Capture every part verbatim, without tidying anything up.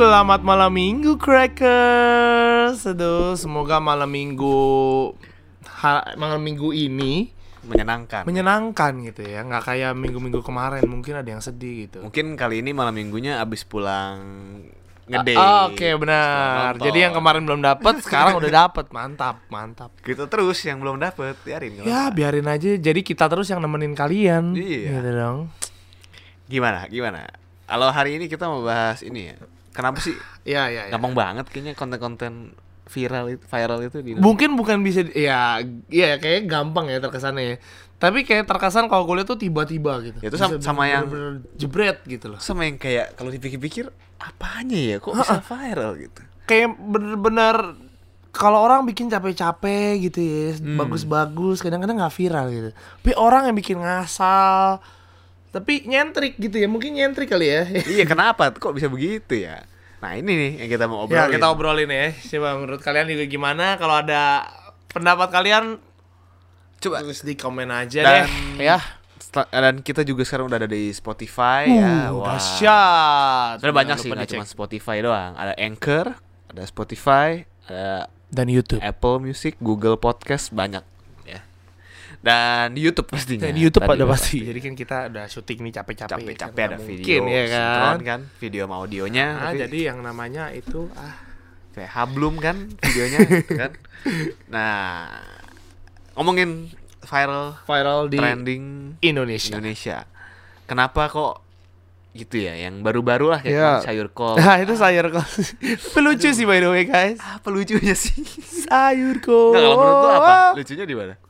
Selamat malam minggu Crackers. Aduh, semoga malam minggu ha, malam minggu ini menyenangkan. Menyenangkan gitu ya. Nggak kayak minggu-minggu kemarin, mungkin ada yang sedih gitu. Mungkin kali ini malam minggunya abis pulang ngedate. Ah, Oke okay, benar. Jadi yang kemarin belum dapet sekarang udah dapet. Mantap, mantap. Kita terus yang belum dapet biarin. Ya biarin aja. Jadi kita terus yang nemenin kalian. Iya. Gitu dong. Gimana? Gimana? Kalau hari ini kita mau bahas ini ya. Kenapa sih? Iya, iya, ya. Gampang banget kayaknya konten-konten viral itu, viral itu di Mungkin bukan bisa ya, ya kayak gampang ya terkesannya ya. Tapi kayak terkesan kalau kuliah tuh tiba-tiba gitu. Ya itu sama, sama yang bener-bener jebret gitu loh. Sama yang kayak kalau dipikir-pikir apanya ya kok bisa viral gitu. Kayak bener-bener kalau orang bikin capek-capek gitu ya, Hmm. bagus-bagus, kadang-kadang nggak viral gitu. Tapi orang yang bikin ngasal, tapi nyentrik gitu ya, mungkin nyentrik kali ya. Iya, kenapa kok bisa begitu ya? Nah ini nih yang kita mau Ya obrolin. kita obrolin ya. Coba menurut kalian juga gimana? Kalau ada pendapat kalian, coba tulis di komen aja dan, deh ya. Dan kita juga sekarang udah ada di Spotify Uh, ya. Wah. Dahsyat. Sebenarnya banyak Jangan sih, lupa nggak dicek. cuma Spotify doang. Ada Anchor, ada Spotify, ada Dan YouTube. Apple Music, Google Podcast, banyak ya. Dan di YouTube pastinya. Dan di YouTube Tadi ada udah pasti. Jadi kan kita udah syuting nih capek-capek. Capek-capek kan ada nggak video mungkin, ya kan. sinkron kan, video sama audionya. Nah, tapi jadi yang namanya itu ah kayak hablum kan videonya gitu kan. Nah, ngomongin viral, viral di trending Indonesia. Indonesia. Kenapa kok gitu ya? Yang baru-baru lah kayak Iya. sayur kol. Nah, itu sayur kol. Tapi lucu sih by the way, guys. Apa lucunya sih? Sayur kol. Nggak, kalau menurut lu apa? Lucunya di mana?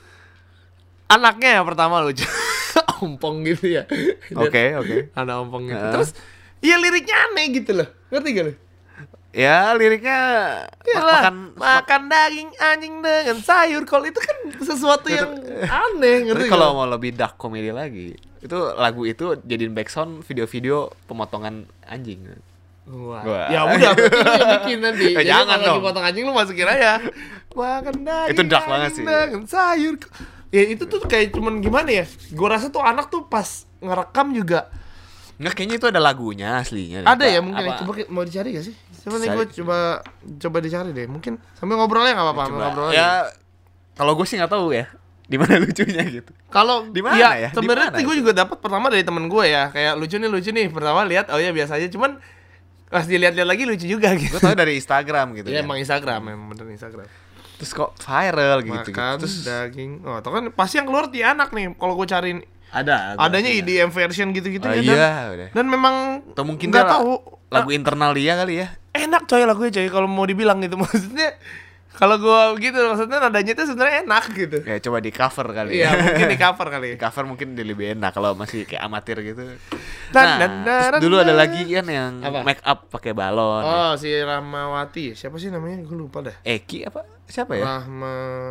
Anaknya yang pertama lucu. Ompong gitu ya. Oke, oke. Ada ompong gitu. Uh. Terus iya liriknya aneh gitu loh. Ngerti gak lu? Ya, liriknya Iyalah, makan makan daging anjing dengan sayur kol itu kan sesuatu yang aneh, ngerti Tapi gak? kalau mau lebih dark komedi lagi, itu lagu itu jadiin backsound video-video pemotongan anjing. Wah. Wah. Ya udah, berarti lu yang bikin nanti. Eh, Jadi jangan kalau lagi dong. potong anjing lu masukin aja. Makan daging. Itu dark banget anjing sih. dengan sayur. Ya itu tuh kayak cuman gimana ya? Gue rasa tuh anak tuh pas ngerekam juga Nggak, kayaknya itu ada lagunya aslinya. ada Apa- ya mungkin. apa- Coba mau dicari gak sih? Coba nih Cari. gue coba coba dicari deh. Mungkin sambil ngobrolnya nggak apa-apa. Sambil Coba. ngobrol aja. Ya, kalau gue sih nggak tahu ya di mana lucunya gitu. Kalau Di mana ya, ya? Di sebenarnya mana gue itu? juga dapat pertama dari temen gue ya, kayak lucu nih lucu nih. Pertama lihat oh ya biasa aja, cuman pas dilihat-lihat lagi lucu juga gitu. Gue tahu dari Instagram gitu. Ya kan. emang Instagram, emang bener Instagram. Terus kok viral gitu. Makan Terus daging. Oh, itu kan pasti yang keluar di anak nih. Kalau gue cariin ada. adanya E D M version gitu-gitu Oh, ya. iya, Dan, udah. dan memang Atau mungkin nggak dia tahu lagu internal dia kali ya. enak coy lagunya coy kalau mau dibilang gitu maksudnya. Kalau gue gitu maksudnya nadanya itu sebenarnya enak gitu. Ya coba di cover kali Iya ya. mungkin di cover kali. Di cover mungkin dia lebih enak kalau masih kayak amatir gitu. Dan- Nah, dan- dan- terus dulu dan- ada lagi kan yang Apa? make up pakai balon. ya. Oh si Rahmawati siapa sih namanya gue lupa dah. Eki apa? Siapa ya? Rahma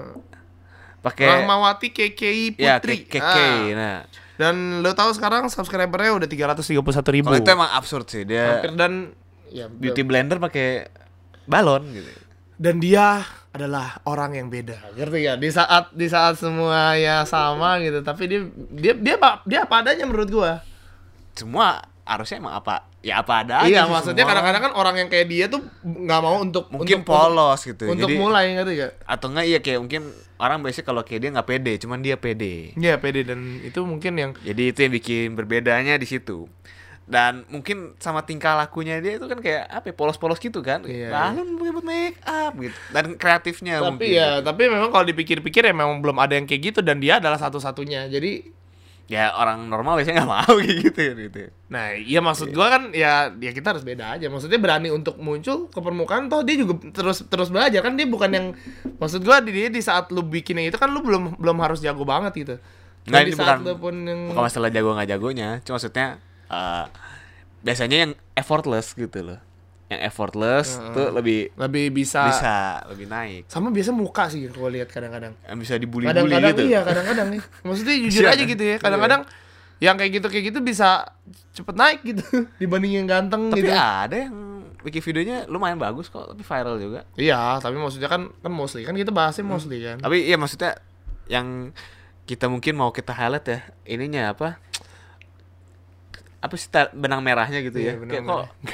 Pakai Rahmawati K K I ya Putri. K K. Ah. Nah, Dan lo tahu sekarang subscribernya udah tiga ratus tiga puluh satu ribu. kalau itu emang absurd sih dia Hampir dan ya beauty blender pakai balon gitu. dan dia adalah orang yang beda. Ngerti ya? Di saat di saat semua ya sama gitu, tapi dia dia dia apa dia apa adanya menurut gua. Semua harusnya emang apa? Ya apa adanya. Iya, sih maksudnya semua. kadang-kadang kan orang yang kayak dia tuh nggak mau untuk mungkin untuk, polos gitu. untuk Jadi mulai ngerti gak? atau enggak iya kayak mungkin orang biasanya kalau kayak dia nggak pede, cuman dia pede. Iya, pede dan itu mungkin yang Jadi itu yang bikin berbedanya di situ. Dan mungkin sama tingkah lakunya dia itu kan kayak apa ya, polos-polos gitu kan. Iya, Balon pakai buat make up gitu. Dan kreatifnya tapi mungkin. ya, gitu. tapi memang kalau dipikir-pikir ya memang belum ada yang kayak gitu dan dia adalah satu-satunya. Jadi Ya orang normal biasanya nggak mau kayak gitu gitu. nah, iya maksud gua kan ya ya kita harus beda aja. Maksudnya berani untuk muncul ke permukaan toh dia juga terus terus belajar kan dia bukan yang maksud gua di dia di saat lu bikin yang itu kan lu belum belum harus jago banget gitu. Nggak, Dan ini di saat bukan- lu pun yang Bukan masalah jago nggak jagonya, cuma maksudnya eh, biasanya yang effortless gitu loh. Yang effortless Heeh. tuh lebih lebih bisa, bisa lebih naik. sama biasa muka sih gua lihat kadang-kadang. Yang bisa dibully-bully Kadang-kadang gitu. iya, kadang-kadang nih. Maksudnya jujur Iya, aja kan? gitu ya. Kadang-kadang yang kayak gitu kayak gitu bisa cepet naik gitu dibanding yang ganteng Tapi gitu. ada yang bikin videonya lumayan bagus kok, tapi viral juga. Iya, tapi maksudnya kan kan mostly kan kita bahasnya mostly kan. Tapi iya maksudnya yang kita mungkin mau kita highlight ya, ininya apa? Apa sih ta- benang merahnya gitu Iya, ya? benar, Kayak benar. kok Enggak.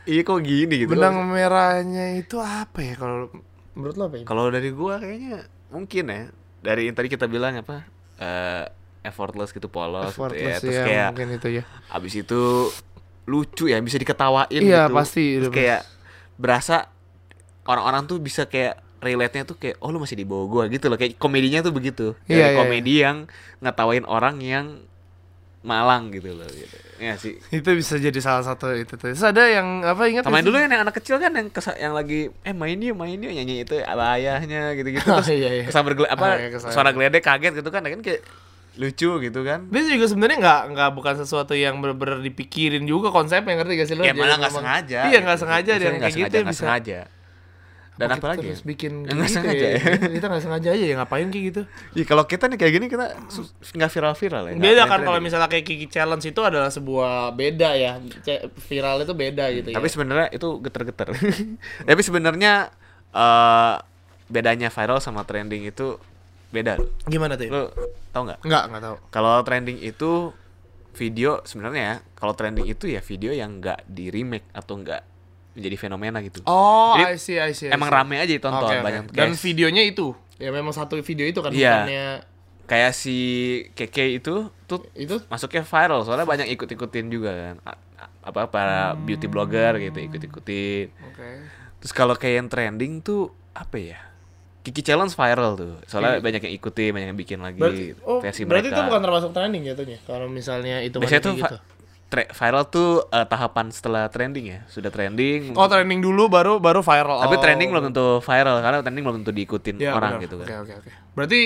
Iya kok gini gitu. Benang merahnya itu apa ya kalau menurut lo apa ya? Kalau dari gua kayaknya mungkin ya dari yang tadi kita bilang apa eh, effortless gitu, polos gitu ya. Effortless Terus ya, kayak mungkin itu ya. abis itu lucu ya, bisa diketawain Iya, gitu. pasti. Terus kayak berasa orang-orang tuh bisa kayak relate-nya tuh kayak oh lu masih di bawah gua gitu loh. Kayak komedinya tuh begitu. Dari Iya, iya, komedi yang ngetawain orang yang malang gitu loh gitu. Ya sih. Itu bisa jadi salah satu itu tuh. Terus ada yang apa ingat Sama nggak dulu sih? yang anak kecil kan yang kesa- yang lagi eh main yuk main yuk nyanyi itu ala ayahnya gitu-gitu Oh, terus iya, iya. kesambar gele- apa Ah, iya, kesambar. suara geledek kaget gitu kan kan kayak lucu gitu kan. Itu juga sebenarnya nggak nggak bukan sesuatu yang bener-bener dipikirin juga konsepnya, ngerti gak sih lo? Ya Jadi malah nggak memang- sengaja. Iya nggak gitu. sengaja Biasanya dia nggak kayak gitu sengaja, nggak bisa. sengaja. Dan Apa apa kita lagi? terus bikin Nggak kayak gitu sengaja ya? ya. Kita nggak sengaja aja ya ngapain kayak gitu. Iya kalau kita nih kayak gini kita sus- nggak viral-viral ya. nggak Beda kan trending. kalau misalnya kayak Kiki Challenge itu adalah sebuah beda ya. Ce- Viral itu beda gitu ya. Tapi sebenarnya itu geter-geter. Tapi sebenarnya eh bedanya viral sama trending itu beda loh. Gimana tuh? Lo tau nggak? Enggak, enggak tahu. Kalau trending itu video sebenarnya ya, kalau trending itu ya video yang nggak di remake atau nggak menjadi fenomena gitu. Oh, Jadi, I see, I see. I Emang see. rame aja ditonton Oke, oke. banyak. Dan Kayak- videonya itu ya memang satu video itu kan Iya. bukannya kayak si Keke itu tuh itu. masuknya viral soalnya banyak ikut-ikutin juga kan. A- a- Apa para beauty blogger gitu ikut-ikutin. Oke. Terus kalau kayak yang trending tuh apa ya? Kiki Challenge viral tuh. Soalnya Kiki. banyak yang ikutin, banyak yang bikin lagi Berarti, oh, versi berarti mereka. itu bukan termasuk trending jatuhnya kalau misalnya itu Biasanya tuh gitu. va- tre- viral tuh eh, tahapan setelah trending ya. Sudah trending. Oh, trending dulu baru baru viral. Tapi Oh. trending belum tentu viral karena trending belum tentu diikutin Ya, orang benar. gitu kan. Oke, oke, oke. Berarti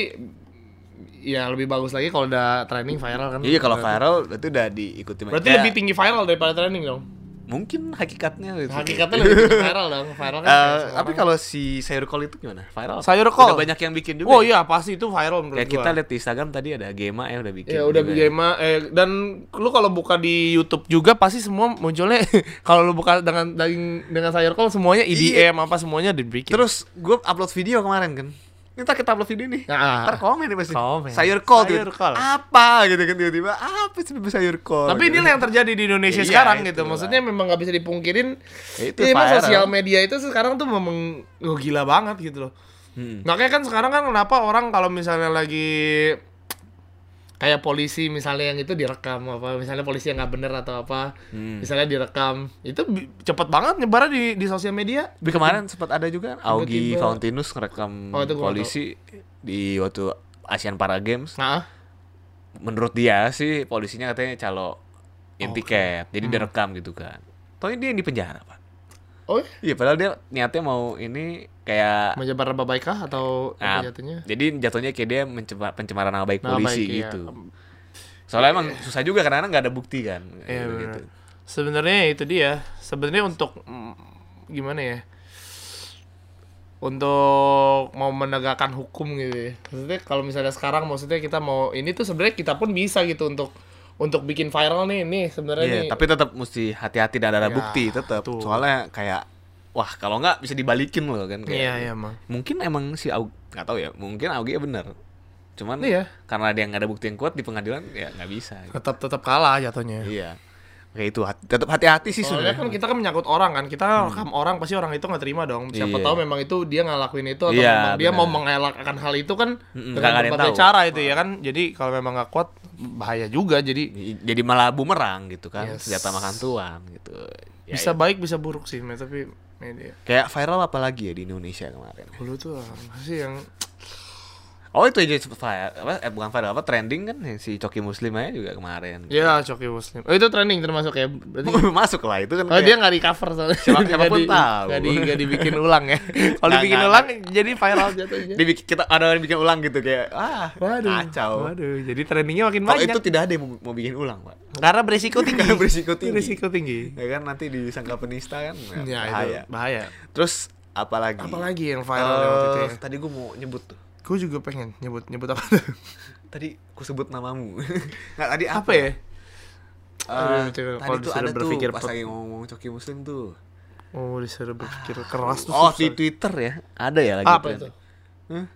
ya lebih bagus lagi kalau udah trending viral kan. Iya kalau Berarti- viral itu udah diikuti Berarti kayak- lebih tinggi viral daripada trending dong. mungkin hakikatnya gitu. Hakikatnya lebih tinggi viral dong. Viral kan. Eh, kayak tapi sekarang. kalau si sayur kol itu gimana? Viral? Sayur kol? Udah banyak yang bikin juga. Oh ya? iya, pasti itu viral menurut Kayak gua. kita lihat di Instagram tadi ada Gema ya udah bikin. Ya udah juga Gema eh dan lu kalau buka di YouTube juga pasti semua munculnya kalau lu buka dengan daging dengan sayur kol semuanya E D M apa semuanya dibikin. Terus gue upload video kemarin kan. Ntar kita upload video nih. Nah. Ntar komen nih pasti. Komen. Sayur kol Sayur tuh. kol. Apa gitu kan tiba-tiba. Apa sih sayur kol? Tapi gitu. inilah yang terjadi di Indonesia Iya, sekarang itu gitu. lah. Maksudnya memang nggak bisa dipungkirin. Ya, itu Iya, emang viral. sosial media itu sekarang tuh memang oh, gila banget gitu loh. Hmm. Makanya kan sekarang kan kenapa orang kalau misalnya lagi kayak polisi misalnya yang itu direkam apa misalnya polisi yang nggak bener atau apa Hmm. misalnya direkam itu bi- cepet banget nyebarnya di di sosial media. Tapi kemarin sempat ada juga Augie Tiba-tiba- Fauntinus ngerekam Oh, itu gua nggak polisi di waktu Asian Para Games. Nah, Menurut dia sih polisinya katanya calo in Oke. tiket. Jadi Hmm. direkam gitu kan. Toh dia yang di penjara, Pak. oh iya? Iya, padahal dia niatnya mau ini kayak Menyebar nama baik kah atau nah, apa jatuhnya? jadi jatuhnya kayak dia mencemar, pencemaran nama baik Nama polisi baik, iya. gitu. Soalnya emang susah juga karena nggak ada bukti kan. Iya, Gitu. benar. Sebenarnya itu dia. Sebenarnya untuk mm, gimana ya? Untuk mau menegakkan hukum gitu ya. Maksudnya kalau misalnya sekarang maksudnya kita mau ini tuh sebenarnya kita pun bisa gitu untuk untuk bikin viral nih nih sebenarnya Iya, nih. tapi tetap mesti hati-hati dan ada Ya, bukti tetap. tuh. Soalnya kayak wah, kalau nggak bisa dibalikin loh kan kayak. Iya, iya, emang. Mungkin emang si Aug nggak tahu ya, mungkin Augie benar. Cuman Iya. karena dia nggak ada bukti yang kuat di pengadilan ya nggak bisa. Gitu. Tetap tetap kalah jatuhnya. Iya. Kayak itu hati- tetap hati-hati sih Soalnya sebenarnya. kan kita kan menyangkut orang kan, kita rekam orang pasti orang itu nggak terima dong. Siapa Iya. tahu memang itu dia ngelakuin itu atau Iya, memang dia benar. mau mengelakkan hal itu kan Mm-mm, nggak dengan ada yang berbagai tahu. cara itu ya kan. Jadi kalau memang nggak kuat bahaya juga. Jadi Jadi malah bumerang gitu kan, Yes. senjata makan tuan gitu. Ya, bisa ya. baik bisa buruk sih, men, tapi media. Kayak viral apa lagi ya di Indonesia kemarin? Dulu tuh apa sih yang Oh itu aja sempet viral, apa eh, bukan viral apa trending kan yang si Coki Muslim aja juga kemarin. ya Coki Muslim. Oh itu trending termasuk ya. Berarti Masuk lah itu kan. oh, kayak- dia nggak di cover soalnya. Siapa- siapa Nggak pun di- tahu. Nggak di, nggak dibikin ulang ya. Kalau Nggak, dibikin nggak, ulang jadi viral jatuhnya. Dibikin, kita ada yang bikin ulang gitu kayak ah Waduh. kacau. Waduh, jadi trendingnya makin Kalau banyak. itu tidak ada yang mau, mau bikin ulang, Pak. Karena berisiko tinggi. Karena berisiko tinggi. Berisiko tinggi. Ya kan nanti disangka penista kan Ya, bahaya. itu bahaya. Terus apalagi? Apalagi yang viral ya waktu itu Eh, ya? Tadi gue mau nyebut tuh. Gue juga pengen nyebut nyebut apa tuh? Tadi aku sebut namamu. Nggak tadi apa? Apa ya? Eh, Aduh, coba tadi kalau tuh disuruh ada tuh berpikir pas per- lagi ngomong Coki Muslim tuh. Oh, disuruh berpikir keras tuh. Oh susah. di Twitter ya ada ya lagi. Apa tren. itu? Hah?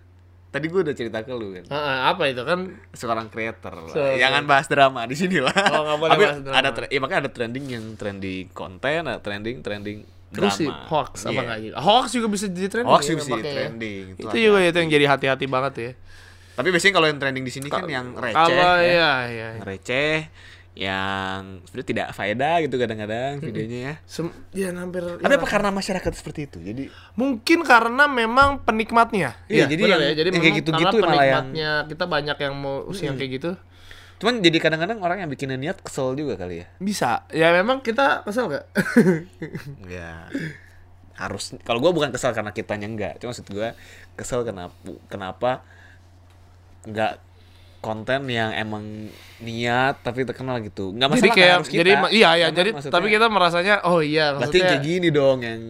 tadi gue udah cerita ke lu kan. Ah, apa itu kan? Seorang creator. So, Jangan bahas drama di sini lah. Oh, nggak boleh Tapi bahas drama. ada tre- ya, makanya ada trending yang trending konten, ada trending trending Terus sih drama. hoax apa Iya. enggak gitu. Hoax juga bisa jadi trending. Hoax ya, juga bisa jadi nampaknya ya. trending. Itu juga itu yang jadi hati-hati banget ya. Tapi biasanya kalau yang trending di sini kan yang receh. Kalau ya. ya, ya. Yang receh, yang sebenarnya tidak faedah gitu kadang-kadang videonya ya. Sem- ya hampir. Tapi apa karena masyarakat seperti itu? Jadi Mungkin karena memang penikmatnya. Iya, jadi benar yang- ya. Jadi yang kayak memang gitu-gitu karena malah yang- penikmatnya kita banyak yang mau usia yang kayak gitu. cuman jadi kadang-kadang orang yang bikinnya niat kesel juga kali ya. Bisa. Ya memang kita kesel gak? Ya harus, kalau gue bukan kesal karena kitanya enggak, cuma maksud gue kesel kenapa kenapa enggak konten yang emang niat tapi terkenal gitu, nggak masalah Jadi nggak kayak harus kita. jadi ma- iya ya Cuman jadi maksudnya, tapi kita merasanya oh iya berarti maksudnya kayak gini dong yang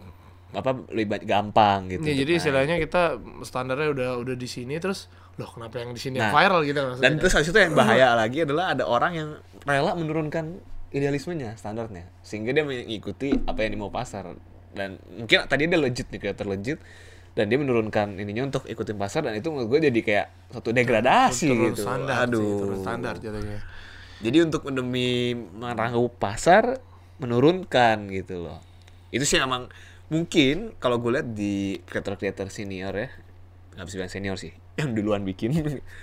apa lebih ba- gampang gitu. ya, jadi kan. istilahnya kita standarnya udah udah di sini terus loh kenapa yang di sini yang Nah, viral gitu maksudnya. Dan terus habis itu yang bahaya lagi adalah ada orang yang rela menurunkan idealismenya, standarnya, sehingga dia mengikuti apa yang dimau pasar. Dan mungkin tadi dia legit nih, creator legit, dan dia menurunkan ininya untuk ikutin pasar, dan itu menurut gue jadi kayak suatu degradasi Turun gitu. standar Aduh. sih, turun standar jatuhnya. Jadi untuk demi merangkul pasar menurunkan gitu loh. Itu sih emang mungkin kalau gue lihat di kreator-kreator senior ya, nggak bisa bilang senior sih, yang duluan bikin,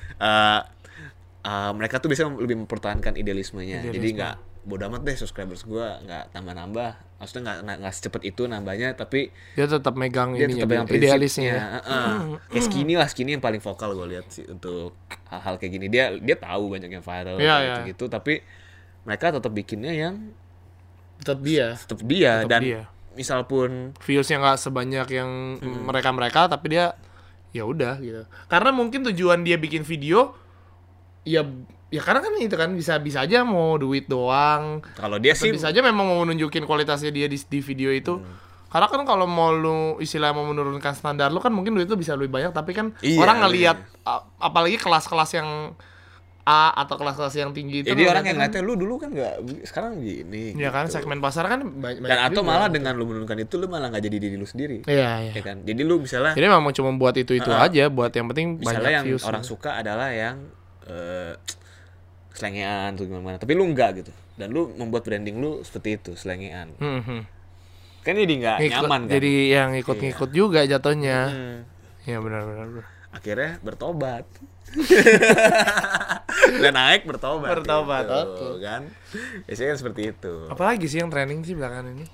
uh, uh, mereka tuh biasanya lebih mempertahankan idealismenya. Idealisme. Jadi nggak bodo amat deh subscribers gue nggak tambah-nambah, maksudnya nggak nggak nggak secepat itu nambahnya, tapi Dia tetap megang dia ininya, tetap yang idealisnya. Uh, uh. Kayak Skinny lah, Skinny yang paling vokal gue lihat sih untuk hal-hal kayak gini. Dia dia tahu banyak yang viral Iya, kayak iya. gitu-gitu, tapi mereka tetap bikinnya yang Tetap dia. tetap dia Tetap dan dia. misal pun Viewsnya nggak sebanyak yang Hmm. mereka-mereka tapi dia ya udah gitu. Karena mungkin tujuan dia bikin video ya ya karena kan itu kan bisa bisa aja mau duit doang. kalau dia Atau sih bisa aja memang mau nunjukin kualitasnya dia di, di video itu. Hmm. Karena kan kalau mau lu istilah mau menurunkan standar lu kan mungkin duit lu bisa lebih banyak tapi kan Iya, orang ngelihat iya. a- apalagi kelas-kelas yang A atau kelas-kelas yang tinggi itu jadi orang ngeliatnya yang kan- ngeliatnya lu dulu kan nggak sekarang gini ya kan gitu. segmen pasar kan banyak dan atau juga. malah dengan lu menurunkan itu lu malah nggak jadi diri lu sendiri, Iya, iya. ya kan. Jadi lu misalnya Jadi memang cuma buat itu-itu Uh-uh. aja, buat yang penting misalnya banyak yang views. orang suka adalah yang eh, selengean tuh gimana, tapi lu enggak gitu, dan lu membuat branding lu seperti itu selengean, Hmm, hmm. kan jadi nggak Ngikut- nyaman kan. Jadi yang ikut-ngikut juga jatuhnya. Hmm. Ya benar-benar. benar. Akhirnya bertobat. Dan naik bertobat. Bertobat, gitu, oke. kan. Biasanya kan seperti itu. Apalagi sih yang trending sih belakangan ini?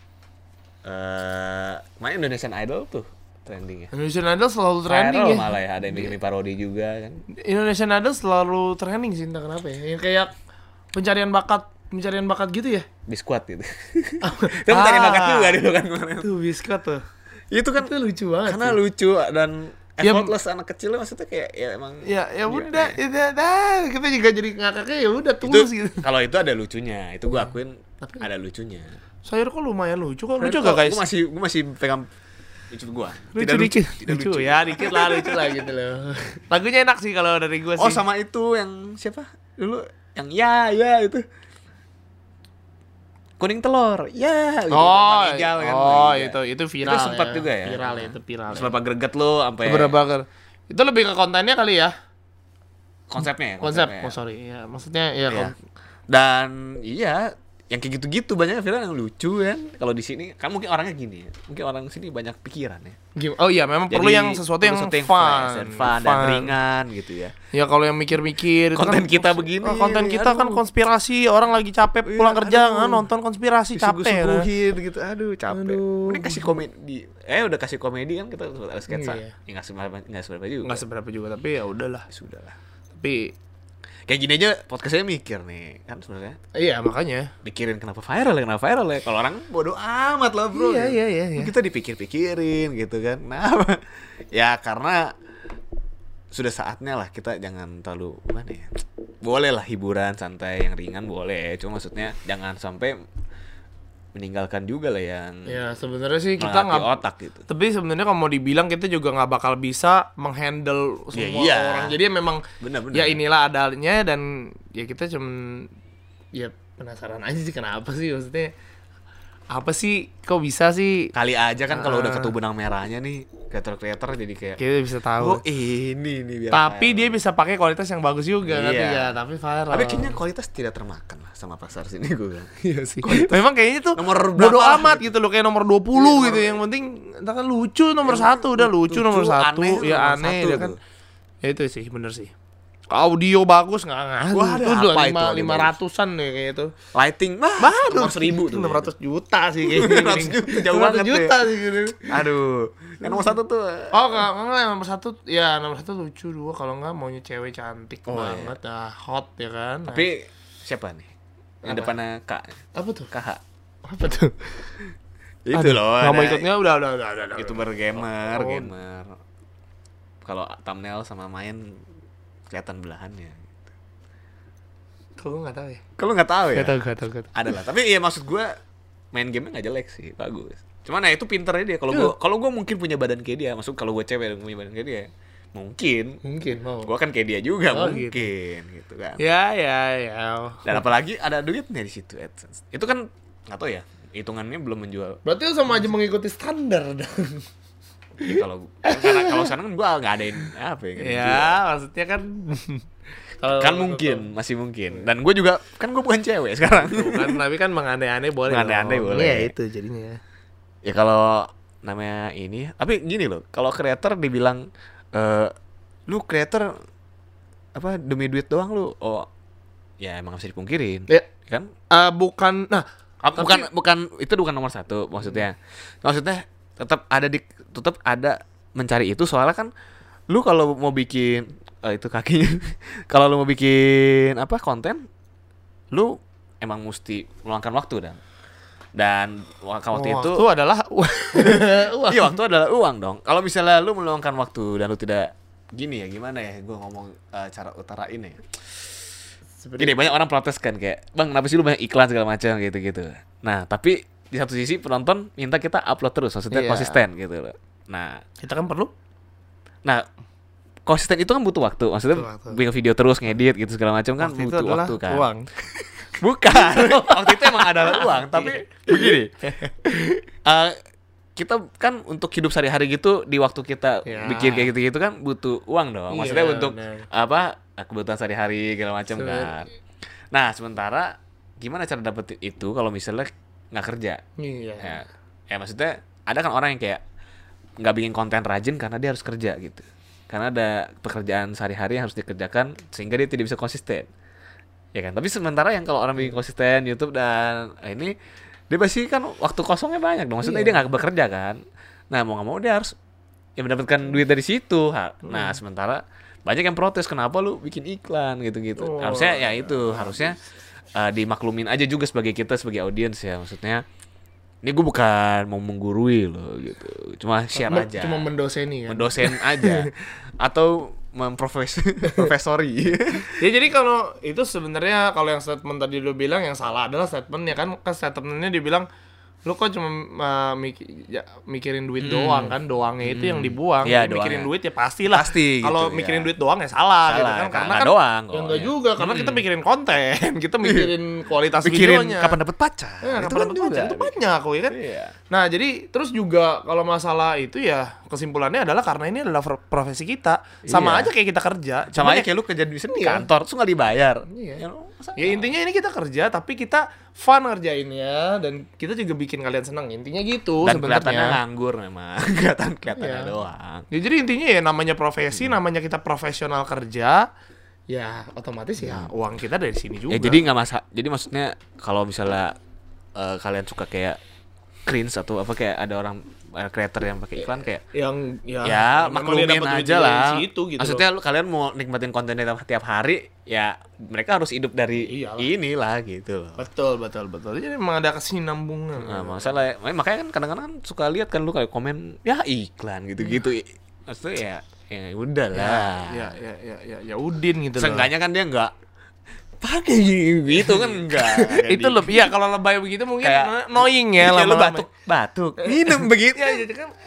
Eh, main Indonesian Idol tuh trending ya. Indonesian Idol selalu trending Viral ya. malah ya, ada yang bikin parodi juga kan. Indonesian Idol selalu trending sih entah kenapa ya. Yang kayak pencarian bakat, pencarian bakat gitu ya. Biskuat gitu. Itu pencarian bakat juga dulu kan kemarin. Tuh biskuit tuh. Itu kan Itu lucu banget. karena sih. lucu dan Ya, effortless anak kecil maksudnya kayak ya emang Ya ya gimana udah, ya. ya dah, kita juga jadi ngakaknya ya udah Itu tulus gitu. kalau itu ada lucunya, itu gua akuin Tapi- ada lucunya. Sayur kok lumayan lucu kok. Lucu Kok- gak guys? Gua masih gua masih pegang lucu gua. Lucu Tidak dikit. tidak Lucu, ya, dikit lah lucu lah gitu loh. Lagunya enak sih kalau dari gue sih. Oh sama itu yang siapa dulu yang ya ya itu kuning telur ya gitu. Oh, Bang Ijal kan, oh Bang Ijal. itu itu viral. Itu sempat juga ya? Viral ya, itu viral. Ya. Seberapa greget lo sampai Beberapa kali. Itu lebih ke kontennya kali ya. konsepnya ya, Konsep. konsepnya. Oh sorry, ya maksudnya ya. Iya. kon- Dan iya yang kayak gitu-gitu banyak film yang lucu kan. Kalau di sini kan mungkin orangnya gini ya. Mungkin orang sini banyak pikiran ya. Gim- Oh iya, memang perlu Jadi, yang sesuatu yang, perlu fun, fresh dan fun, dan ringan gitu ya. Ya kalau yang mikir-mikir itu Konten kan- kita begini, oh, konten kita kan aduh. konspirasi, orang lagi capek Iya, pulang kerja aduh. kan nonton konspirasi capek. Nah. Disuguh-suguhin gitu, aduh capek. Aduh. Ini kasih komedi, eh udah kasih komedi kan kita ada sketsa, Iya. ya nggak seberapa nggak seberapa juga. Nggak seberapa juga tapi ya udahlah. Sudah lah. Tapi Kayak gini aja podcastnya mikir nih kan sebenarnya. iya makanya. Mikirin kenapa viral ya, kenapa viral ya. Kalau orang bodoh amat lah bro. Iya, iya, iya, iya. Kita dipikir-pikirin gitu kan. Nah, ya karena sudah saatnya lah kita jangan terlalu mana ya. Boleh lah hiburan santai yang ringan boleh. Cuma maksudnya jangan sampai meninggalkan juga lah yang Ya sebenarnya sih kita melatih nggak. otak gitu. Tapi sebenarnya kalau mau dibilang kita juga nggak bakal bisa menghandle Ya, semua iya. orang. Jadi memang Benar-benar. ya inilah adanya dan ya kita cuman ya penasaran aja sih kenapa sih maksudnya apa sih kok bisa sih Kali aja kan kalau udah Ah. ketemu benang merahnya nih kreator-kreator jadi kayak kita bisa oh tahu. ini nih biar Tapi viral. dia bisa pakai kualitas yang bagus juga kan Iya. ya, tapi viral. Tapi kayaknya kualitas tidak termakan lah sama pasar sini gue bilang. iya sih. Memang kayaknya tuh Nomor bodo berapa amat gitu loh, kayak nomor dua puluh gitu. Yang penting entah kan lucu nomor satu, udah lucu, nomor lucu, satu, aneh, ya nomor aneh satu ya kan. tuh. Ya itu sih bener sih. Audio bagus nggak ngaruh. Wah, ada Itu apa udah itu lima audio lima ratusan deh kayak itu. Lighting mah Baru nomor seribu tuh. enam ratus juta sih kayaknya. enam ratus juta, jauh enam ratus banget juta ya. sih gitu. Aduh, yang nomor satu tuh. Oh enggak, enggak yang nomor satu ya nomor satu lucu, dua kalau enggak maunya cewek cantik Oh, banget, ah hot ya kan. Nah, Tapi siapa nih? Yang Apa? depannya K. apa tuh? K H. Apa tuh? Itu Aduh, loh. nggak mau ada ikutnya udah udah udah udah. udah. YouTuber gamer, Oh. gamer. Kalau thumbnail sama main kelihatan belahannya. Kalau nggak tahu ya. Kalau nggak tahu ya? Nggak tahu, nggak tahu, nggak tahu. Ada lah. Tapi ya maksud gue main gamenya nggak jelek sih, bagus. Cuman ya itu pinternya dia. Kalau gue kalau gue mungkin punya badan kayak dia, maksud kalau gue cewek dan punya badan kayak dia, mungkin. Mungkin mau. Gue kan kayak dia juga Oh, mungkin gitu, kan. Ya ya ya. Dan apalagi ada duitnya di situ AdSense. Itu kan nggak tahu ya, hitungannya belum menjual. Berarti lu sama aja mengikuti standar dong. Ya, kalau karena kalau sana kan gue nggak adain apa ya. nggak Ya, dijual. maksudnya kan kalau Kan mungkin, masih mungkin. Dan gue juga kan gue bukan cewek sekarang. kan tapi kan mengandai-andai boleh. Mengandai-andai dong. boleh. Iya, itu jadinya. Ya kalau namanya ini, tapi gini loh, kalau creator dibilang eh lu creator apa demi duit doang lu, oh ya emang harus dipungkirin, Ya, kan? eh, bukan nah, Ah, tapi- bukan bukan itu bukan nomor satu maksudnya. Maksudnya tetap ada di tetap ada mencari itu soalnya kan lu kalau mau bikin eh, itu kakinya, kalau lu mau bikin apa konten, lu emang mesti meluangkan waktu dan dan waktu waktu itu itu adalah uang. iya waktu adalah uang dong. Kalau misalnya lu meluangkan waktu dan lu tidak gini ya gimana ya gue ngomong eh, cara utarain ya. Gini banyak orang protes kan kayak bang kenapa sih lu banyak iklan segala macam gitu-gitu. Nah tapi di satu sisi penonton minta kita upload terus maksudnya Iya. konsisten gitu loh. Nah Kita kan perlu nah konsisten itu kan butuh waktu maksudnya Butuh waktu. bikin video terus ngedit gitu segala macam kan waktu itu butuh adalah waktu kan. uang. Bukan. Waktu itu emang adalah uang, tapi begini. Eh, kita kan untuk hidup sehari-hari gitu di waktu kita Ya. bikin kayak gitu-gitu kan butuh uang dong. Maksudnya Iya, untuk benar. apa? Kebutuhan sehari-hari segala macam Sebenarnya- kan. Nah, sementara gimana cara dapetin itu kalau misalnya nggak kerja? Iya. Ya, ya maksudnya ada kan orang yang kayak nggak bikin konten rajin karena dia harus kerja gitu. Karena ada pekerjaan sehari-hari yang harus dikerjakan sehingga dia tidak bisa konsisten. Ya kan, tapi sementara yang kalau orang bikin konsisten YouTube dan eh, ini dia pasti kan waktu kosongnya banyak dong. Maksudnya Iya. dia nggak bekerja kan. Nah mau nggak mau dia harus ya mendapatkan duit dari situ. Ha. Nah sementara banyak yang protes kenapa lu bikin iklan gitu-gitu. Oh. Harusnya ya itu harusnya eh, dimaklumin aja juga sebagai kita sebagai audiens ya. Maksudnya ini gue bukan mau menggurui loh gitu. Cuma share Men- aja. Cuma mendoseni kan. Mendosen aja atau memprofes profesori. Ya jadi kalau itu sebenarnya kalau yang statement tadi lu bilang yang salah adalah statementnya kan kan statementnya dibilang lu kok cuma uh, mik- ya, mikirin duit doang kan doangnya itu yang dibuang. Iya, Lu mikirin doangnya. duit ya pastilah. Pasti Kalau gitu, mikirin ya. duit doang ya salah, gitu Salah, kan ya, karena nggak kan doang ya kok, enggak ya. juga karena kita mikirin konten, kita mikirin kualitas Pikirin videonya. kapan dapat pacar. Ya, itu kapan kan dapet juga. pacar, itu banyak kok ya kan. Iya. Nah, jadi terus juga kalau masalah itu ya kesimpulannya adalah karena ini adalah pro- profesi kita. Sama Iya. aja kayak kita kerja. Sama Cuman aja kayak lu kerja di di Iya. kantor terus nggak dibayar. Iya. Ya, lu masa- Ya intinya ini kita kerja tapi kita fun ngerjainnya dan kita juga bikin kalian senang. Intinya gitu dan kelihatannya sebenarnya. nganggur memang. Kelihatan kelihatannya Iya. doang. Ya, jadi intinya ya namanya profesi, namanya kita profesional kerja, ya otomatis ya uang kita dari sini juga. Ya jadi nggak masa. Jadi maksudnya kalau misalnya eh, kalian suka kayak cringe atau apa kayak ada orang eh, creator yang pakai iklan kayak yang ya, ya memang dia maklumin dapet duit aja dari lah. situ, gitu Maksudnya loh. lu kalian mau nikmatin kontennya tiap, tiap hari, ya mereka harus hidup dari Iyalah. inilah gitu loh. Betul, betul, betul. Jadi memang ada kesinambungan. Nah, masalah makanya kan kadang-kadang kan suka lihat kan lu kayak komen ya iklan gitu-gitu. Maksudnya ya ya udah lah. Ya, ya, ya, ya, ya Udin gitu loh. Seenggaknya kan dia enggak pakai gitu kan enggak. Itu lebih ya kalau lebay begitu mungkin Kayak- annoying ya Kayak lu lama-lama. batuk, batuk. Minum begitu. Ya, jadi kan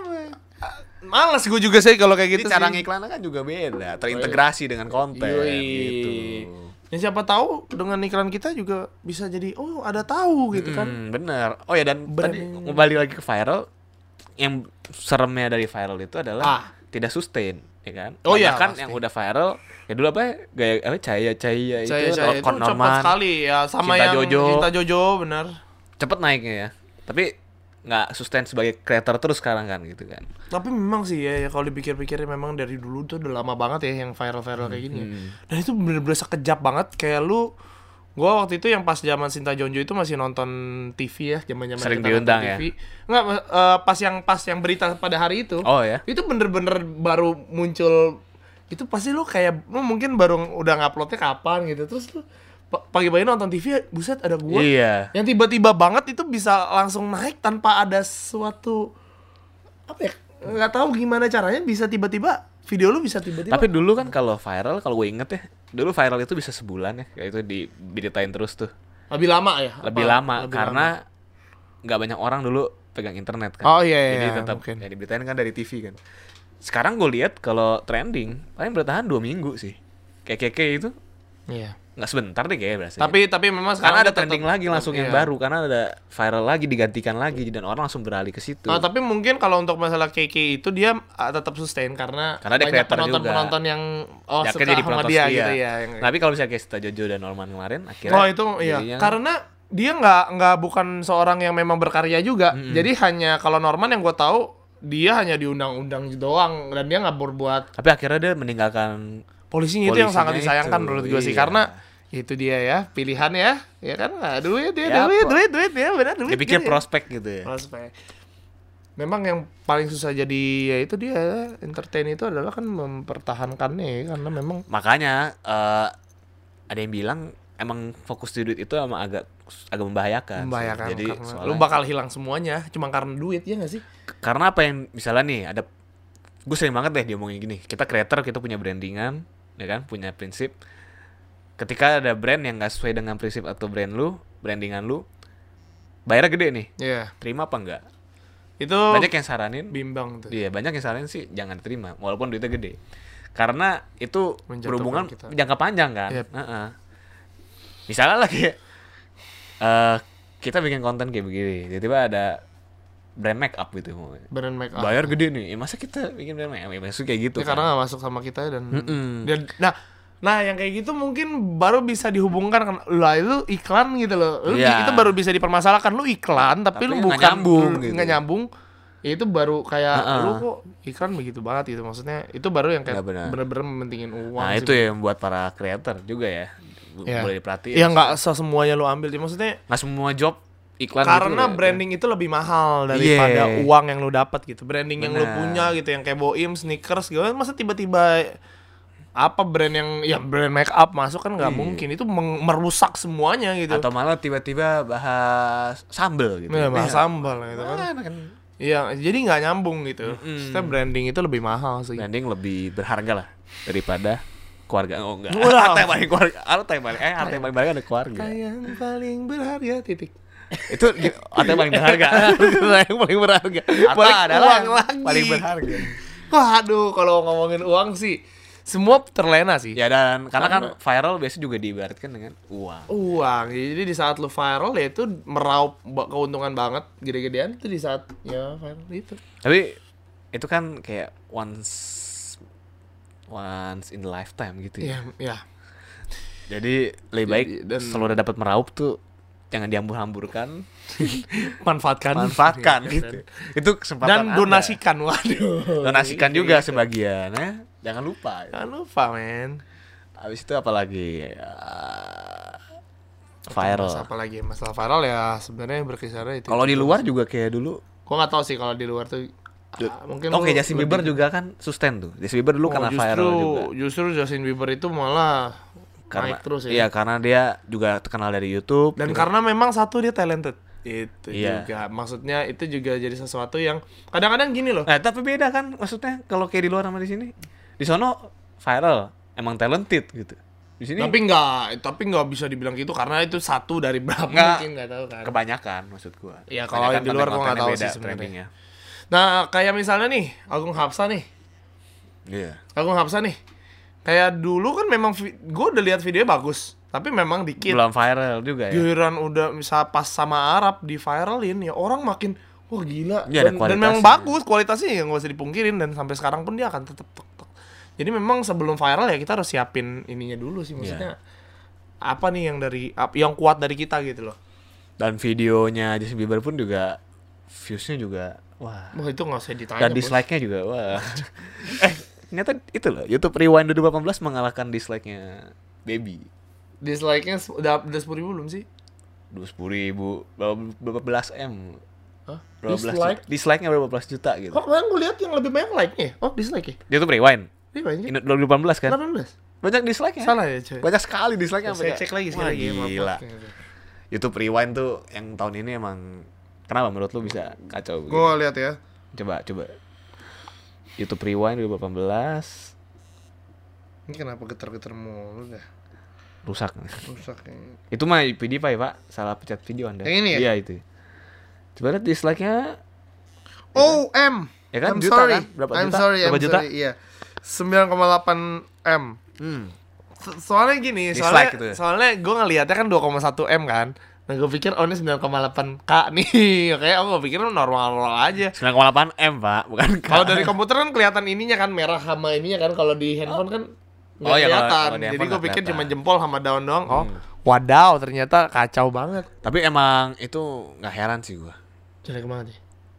malas gue juga sih kalau kayak Jadi gitu cara sih. ngiklannya kan juga beda, terintegrasi dengan konten Yoi. gitu. Ya siapa tahu dengan iklan kita juga bisa jadi oh ada tahu gitu kan. Hmm, bener. Oh ya dan Branding. tadi kembali lagi ke viral, yang seremnya dari viral itu adalah Ah. tidak sustain, ya kan? Oh iya, kan pasti. yang udah viral, ya dulu apa ya, gaya apa cahaya cahaya itu, Saya saya itu Kon cepat Norman, sekali ya sama Cinta yang Jojo. Cinta Jojo benar. cepet naiknya ya. Tapi nggak sustain sebagai creator terus sekarang kan gitu kan. Tapi memang sih ya, ya kalau dipikir-pikir memang dari dulu tuh udah lama banget ya yang viral-viral kayak gini. ya. Dan itu bener-bener sekejap banget kayak lu gua waktu itu yang pas zaman Sinta Jonjo itu masih nonton T V ya, zaman-zaman Sering kita diundang nonton ya? T V. Enggak eh, pas yang pas yang berita pada hari itu. Oh ya. Itu bener-bener baru muncul itu pasti lu kayak lu mungkin baru udah nguploadnya kapan gitu. Terus lu pa- pagi-pagi nonton T V, buset ada gua. Iya. Yang tiba-tiba banget itu bisa langsung naik tanpa ada suatu apa ya? Nggak tahu gimana caranya bisa tiba-tiba video lu bisa tiba-tiba. Tapi dulu kan kalau viral, kalau gue inget ya, dulu viral itu bisa sebulan ya, kayak itu diberitain terus tuh. lebih lama ya? Lebih Apa? lama Lebih karena nggak banyak orang dulu pegang internet kan. Oh, iya, iya, Jadi iya, tetap mungkin. ya diberitain kan dari T V kan. Sekarang gue lihat kalau trending paling bertahan dua minggu sih. Kayak keke itu Iya. nggak sebentar deh kayaknya berasa. Tapi tapi memang karena sekarang ada dia trending tetap- lagi langsung yang iya. baru, karena ada viral lagi digantikan lagi dan orang langsung beralih ke situ. Nah, tapi mungkin kalau untuk masalah K K itu dia uh, tetap sustain karena, Karena dia banyak creator juga. penonton-penonton yang oh Ya, suka kan jadi sama penonton dia setia. gitu ya. Yang... Tapi kalau misalnya kayak Sita Jojo dan Norman kemarin akhirnya Oh itu iya. jadinya kan- Karena dia nggak nggak bukan seorang yang memang berkarya juga. Mm-mm. Jadi hanya kalau Norman yang gue tahu dia hanya diundang-undang doang dan dia nggak berbuat tapi akhirnya dia meninggalkan polisinya itu yang sangat Polisinya disayangkan itu, menurut gue sih iya. karena itu dia ya pilihan ya ya kan nggak duit dia Ya, duit apa? duit duit ya benar duit dia pikir gitu ya. prospek gitu ya. Prospek. Memang yang paling susah jadi ya itu dia entertain itu adalah kan mempertahankannya ya, karena memang Makanya eh, ada yang bilang emang fokus di duit itu emang agak agak membahayakan. sih. membahayakan Jadi karena soalnya- lu bakal hilang semuanya cuma karena duit ya nggak sih? karena apa yang misalnya nih ada, gue sering banget deh diomongin gini, kita creator, kita punya brandingan, ya kan, punya prinsip. Ketika ada brand yang nggak sesuai dengan prinsip atau brand lu, brandingan lu, bayarnya gede nih, Iya. terima apa enggak? Itu Banyak yang saranin, bimbang tuh. iya banyak yang saranin sih jangan terima, walaupun duitnya gede, karena itu Menjatuhkan berhubungan kita. jangka panjang kan. Yep. Heeh. Misalnya lagi, eh kita bikin konten kayak begini, tiba-tiba ada brand make up gitu, Brand make up. bayar gede nih, ya, masa kita bikin brand make up, ya, maksudnya kayak gitu Ya, kan. karena nggak masuk sama kita dan, Mm-mm. dan nah nah yang kayak gitu mungkin baru bisa dihubungkan kan lah itu iklan gitu loh. Lu Iya. itu baru bisa dipermasalahkan lu iklan tapi, Tapi lu nggak bukan nyambung lu- gitu. nggak nyambung. Ya itu baru kayak Heeh. lu kok iklan begitu banget gitu maksudnya. Itu baru yang kayak Nggak benar. bener-bener mementingin uang Nah sih. itu ya yang buat para creator juga ya, Bu- Ya. boleh diperhatiin. Ya nggak semuanya lu ambil. Maksudnya nggak semua job iklan karena gitu ya. branding itu lebih mahal daripada Iya. uang yang lu dapat gitu. Branding yang lu Benar. punya gitu yang kayak Boim, sneakers gitu. Masa tiba-tiba apa brand yang ya brand make up masuk kan nggak Iya. mungkin. Itu meng- merusak semuanya gitu. Atau malah tiba-tiba bahas sambel gitu. Ya, bahas Ya. sambal gitu kan. Mana kan Iya, jadi nggak nyambung gitu. Mm-mm. Maksudnya branding itu lebih mahal sih. branding lebih berharga lah daripada keluarga. Oh enggak. Wah. Harta yang paling keluarga. Harta yang paling eh harta yang paling berharga ada keluarga. Yang paling berharga titik. Itu gi- harta yang paling berharga. yang paling berharga. Harta Balik adalah uang yang lagi. paling berharga. Waduh, kalau ngomongin uang sih semua terlena sih. Ya dan karena kan Karena- viral biasanya juga diibaratkan dengan uang. Uang. Jadi di saat lu viral ya itu meraup ba- keuntungan banget gede-gedean itu di saat ya viral itu. Tapi itu kan kayak once once in a lifetime gitu ya. Iya, ya. Jadi lebih baik Jadi, dan- kalau udah dapat meraup tuh jangan dihambur-hamburkan, Manfaatkan. manfaatkan Iya, gitu. Itu kesempatan Dan Anda. donasikan. Waduh. Donasikan juga Gitu. sebagian ya. Jangan lupa. Jangan lupa, men. Habis itu apa lagi? Ah, viral. Mas, apa lagi masalah viral ya sebenarnya berkisarnya itu. Kalau di luar juga kayak dulu. gua nggak tahu sih kalau di luar tuh ah, mungkin Oke, lu Justin Bieber lebih- juga kan sustain tuh. Justin Bieber dulu Oh, karena justru, viral juga. Justru Justin Bieber itu malah Karena naik terus ya. iya, karena dia juga terkenal dari YouTube. Dan juga. karena memang satu dia talented. Itu Iya. juga. Maksudnya itu juga jadi sesuatu yang kadang-kadang gini loh. Nah, tapi beda kan maksudnya kalau kayak di luar sama di sini. Di sono viral, emang talented gitu. Di sini Tapi nggak, tapi nggak bisa dibilang gitu karena itu satu dari berapa Nggak. mungkin nggak tahu kan. kebanyakan maksud gua. Iya, kalau Kebanyakan di luar gua nggak konten-kontennya tahu beda sih sebenarnya. trendingnya. Nah, kayak misalnya nih, Agung Hapsa nih. Iya. Agung Hapsa nih. Kayak dulu kan memang vi- gue udah lihat videonya bagus. Tapi memang dikit. Belum viral juga ya. Giliran udah misal pas sama Arab di viralin ya orang makin wah gila. Ya, Dan, ada dan memang kualitasnya. bagus kualitasnya ya nggak usah dipungkirin dan sampai sekarang pun dia akan tetap tek, tek. Jadi memang sebelum viral ya kita harus siapin ininya dulu sih maksudnya. Apa nih yang dari ap- yang kuat dari kita gitu loh. Dan videonya Justin Bieber pun juga views-nya juga wah. Wah itu nggak usah ditanya. Dan Bos. dislike-nya juga wah. eh, ternyata itu loh, YouTube Rewind dua ribu delapan belas mengalahkan dislike-nya Baby. Dislike-nya se- udah udah sepuluh ribu belum sih? Dua sepuluh ribu, berapa belas M? Hah? Berapa belas Dislike? juta? Dislike-nya berapa belas juta gitu. Kok kemarin gue lihat yang lebih banyak like-nya? Oh dislike ya? YouTube Rewind. Ini banyak. Ini dua ribu delapan belas kan? delapan belas. Banyak dislike-nya. Salah ya coy. Banyak sekali dislike-nya. Saya cek lagi sekali lagi. maaf, Gila. maaf. YouTube Rewind tuh yang tahun ini emang kenapa menurut lu bisa kacau? Gue lihat ya. Coba coba. YouTube Rewind dua ribu delapan belas Ini kenapa getar-getar mulu dah? rusak. Rusak kayaknya. Itu mah PewDiePie, Pak. Salah pencet video Anda. Yang ini ya? Iya itu. Coba lihat dislike-nya. Oh, M. Ya kan, I'm juta sorry. kan? Berapa I'm juta? sorry, Berapa I'm juta? sorry. Iya. sembilan koma delapan M. Hmm. So- soalnya gini, Dislike soalnya gitu ya? soalnya gue ngelihatnya kan dua koma satu M kan. Nah gue pikir oh ini sembilan koma delapan K nih. Oke, aku gue pikir normal-normal aja. sembilan koma delapan M, Pak, bukan K. Kalau dari komputer kan kelihatan ininya kan merah sama ininya kan. Kalau di handphone kan nggak Oh, iya, kalau- kelihatan. kalau di Jadi handphone gue nggak pikir kelihatan. cuma jempol sama daun doang. Oh, Hmm. wadaw ternyata kacau banget. Tapi emang itu nggak heran sih gua. Jelek banget ya.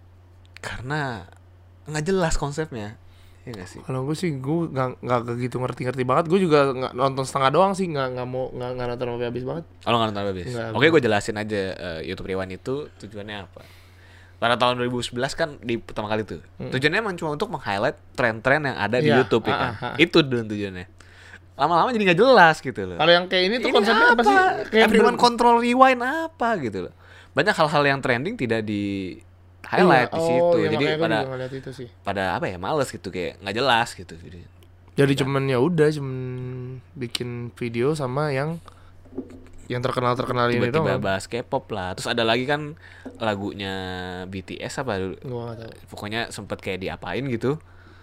Karena nggak jelas konsepnya. Iya nggak sih? Kalau gue sih gue nggak nggak gitu ngerti-ngerti banget. Gue juga nggak nonton setengah doang sih, nggak nggak mau nggak nggak nonton sampai habis banget. Oh, lo nggak nonton habis? Nggak, Oke, gue jelasin aja eh, YouTube Rewind itu tujuannya apa. Pada tahun dua ribu sebelas kan di pertama kali tuh. Tujuannya emang cuma untuk meng-highlight tren-tren yang ada di Iya, YouTube ya ah, kan. ah, ah. Itu dulu tujuannya. Lama-lama jadi nggak jelas gitu loh. Kalau yang kayak ini tuh Ini konsepnya apa, sih? Kayak Everyone ber- control rewind apa gitu loh. Banyak hal-hal yang trending tidak di highlight Iya, di situ. oh, iya, Jadi makanya gue pada juga ngeliat itu sih. pada apa ya, males gitu, kayak nggak jelas gitu video. Jadi cuman ya udah cuman bikin video sama yang yang terkenal-terkenal ini Tiba-tiba doang. bahas K-pop lah. Terus ada lagi kan lagunya B T S apa dulu. Gua enggak tahu. Pokoknya sempet kayak diapain gitu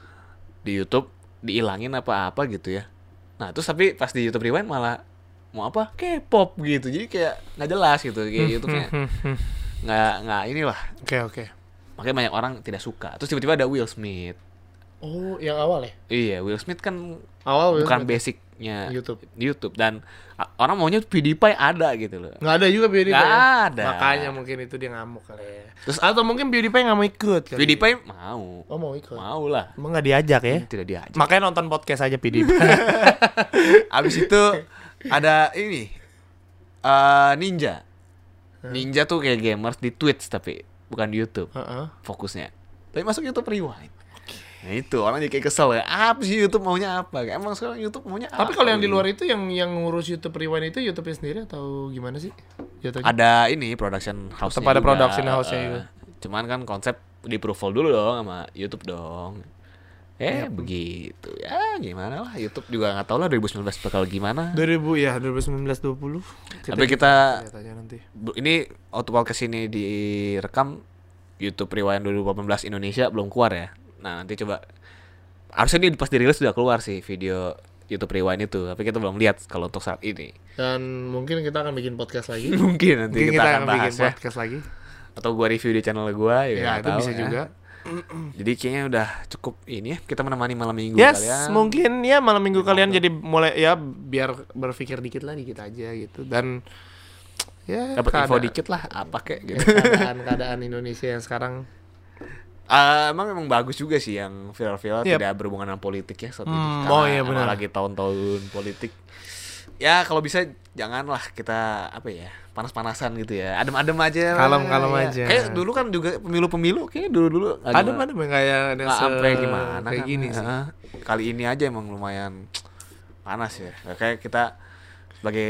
di YouTube, diilangin apa-apa gitu ya. Nah terus tapi pas di YouTube Rewind malah mau apa K-pop gitu, jadi kayak nggak jelas gitu kayak YouTube-nya nggak nggak inilah. Oke, oke. Makanya banyak orang tidak suka. Terus tiba-tiba ada Will Smith. Oh, yang awal ya? Iya, Will Smith kan Awal Will bukan Smith. basicnya YouTube. YouTube dan a- orang maunya PewDiePie ada gitu loh. Nggak ada juga PewDiePie. Nggak ya? ada. Makanya mungkin itu dia ngamuk kali ya. Terus- atau mungkin PewDiePie nggak mau ikut kali. PewDiePie mau, Oh, mau ikut. mau lah. Emang nggak diajak ya? Tidak diajak. Makanya nonton podcast aja PewDiePie. Abis itu ada ini eh, Ninja. Ninja tuh kayak gamers di Twitch tapi bukan di YouTube Heeh. fokusnya. Tapi masuk YouTube Rewind. Nah itu orang jadi kayak kesel ya. Apa sih YouTube maunya apa? Kayak emang sekarang YouTube maunya apa? Tapi kalau yang di gitu. luar itu yang yang ngurus YouTube Rewind itu YouTube-nya sendiri atau gimana sih? Jatuhnya? Ada ini production house. Tetap ada production house-nya juga. Cuman kan konsep di approval dulu dong sama YouTube dong. Eh begitu ya, gimana lah, YouTube juga nggak tahu lah dua ribu sembilan belas bakal gimana. dua ribu ya, dua ribu sembilan belas dua puluh. Tapi kita lihat aja nanti. Bu- ini waktu podcast ini direkam YouTube Rewind dua ribu delapan belas Indonesia belum keluar ya. Nah nanti coba, harusnya ini pas dirilis sudah keluar sih video YouTube Rewind itu, tapi kita belum lihat kalau untuk saat ini. Dan mungkin kita akan bikin podcast lagi. Mungkin nanti Mungkin kita, akan bahas bikin ya. podcast lagi. Atau gua review di channel gua ya, Ya, nggak itu tahu bisa ya. juga. Jadi kayaknya udah cukup ini ya, kita menemani malam minggu Yes, kalian. mungkin ya malam minggu kalian jadi mulai ya biar berpikir dikit lah dikit aja gitu dan ya Dapat info keadaan- dikit lah apa kayak gitu. ya, keadaan-keadaan Indonesia yang sekarang. Ah, emang emang bagus juga sih yang viral-viral Yep. tidak berhubungan dengan politik ya saat ini. Hmm, Karena oh iya, emang benar. lagi tahun-tahun politik. Ya kalau bisa janganlah kita apa ya, panas-panasan gitu ya. Adem-adem aja. lah, Kalem-kalem ya. aja. Kayak dulu kan juga pemilu-pemilu kayak dulu-dulu Ada ada yang kayak ada nggak se- sampai gimana kayak kan. gini sih. Heeh. Kali ini aja emang lumayan panas ya. Kayak kita sebagai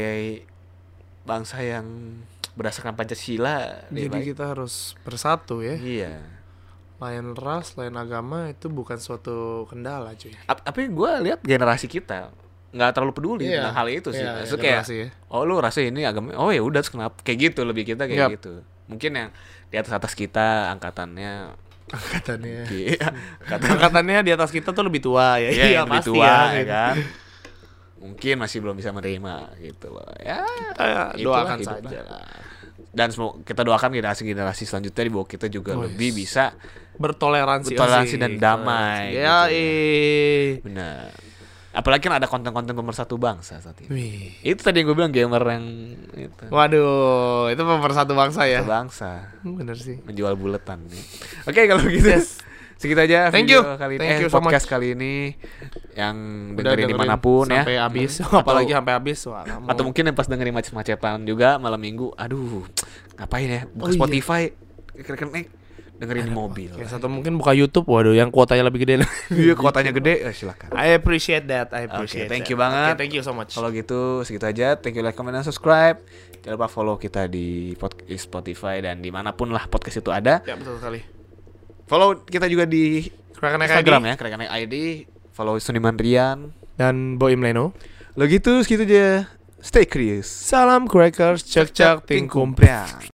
bangsa yang berdasarkan Pancasila lebih Jadi baik. kita harus bersatu ya. Iya. Lain ras, lain agama itu bukan suatu kendala cuy. Ap- tapi gue lihat generasi kita nggak terlalu peduli Iya. tentang hal itu sih. Iya, Maksudnya iya, kayak, generasi ya. oh lu rasa ini agama, oh ya udah terus kenapa? Kayak gitu lebih kita kayak Yap. gitu. Mungkin yang di atas atas kita angkatannya, Angkatannya. iya, angkatan Angkatannya di atas kita tuh lebih tua ya. iya, yang lebih pasti tua ya gitu. kan. mungkin masih belum bisa menerima gitu loh. Ya, Ya, itulah doakan hidup saja lah. lah. Dan semoga kita doakan generasi-generasi selanjutnya di bawah kita juga Wih. lebih bisa Bertoleransi, bertoleransi asik. dan damai Ya, gitu ya. eh. Benar. Apalagi kan ada konten-konten pemersatu bangsa saat ini. Wih. Itu tadi yang gue bilang gamer yang itu. Waduh, itu pemersatu bangsa ya. Bangsa Bener sih. menjual buletan nih. Oke kalau gitu. Yes. Segitu aja Thank video you. kali ini, Thank eh, you so podcast much. kali ini yang Udah dengerin dimanapun ya. sampai habis, Atau- apalagi sampai habis. Wah, kamu- Atau mungkin yang pas dengerin macet-macetan juga malam minggu. Aduh, ngapain ya? Buka Oh, iya. Spotify, kira-kira nih dengerin di mobil. Yang satu mungkin buka YouTube, waduh, yang kuotanya lebih gede. Iya, kuotanya gede, eh, silakan. I appreciate that. I Oke, appreciate thank that. you banget. Oke, thank you so much. Kalau gitu segitu aja. Thank you, like, comment, dan subscribe. Jangan lupa follow kita di pod- di Spotify dan dimanapun lah podcast itu ada. Ya, betul sekali. Follow kita juga di Krakenek Instagram I D ya, Krakenek I D. Follow Suniman Rian. dan Boim Leno. Lo gitu, segitu aja. Stay curious. Salam crackers, cek cek ting kumpriang.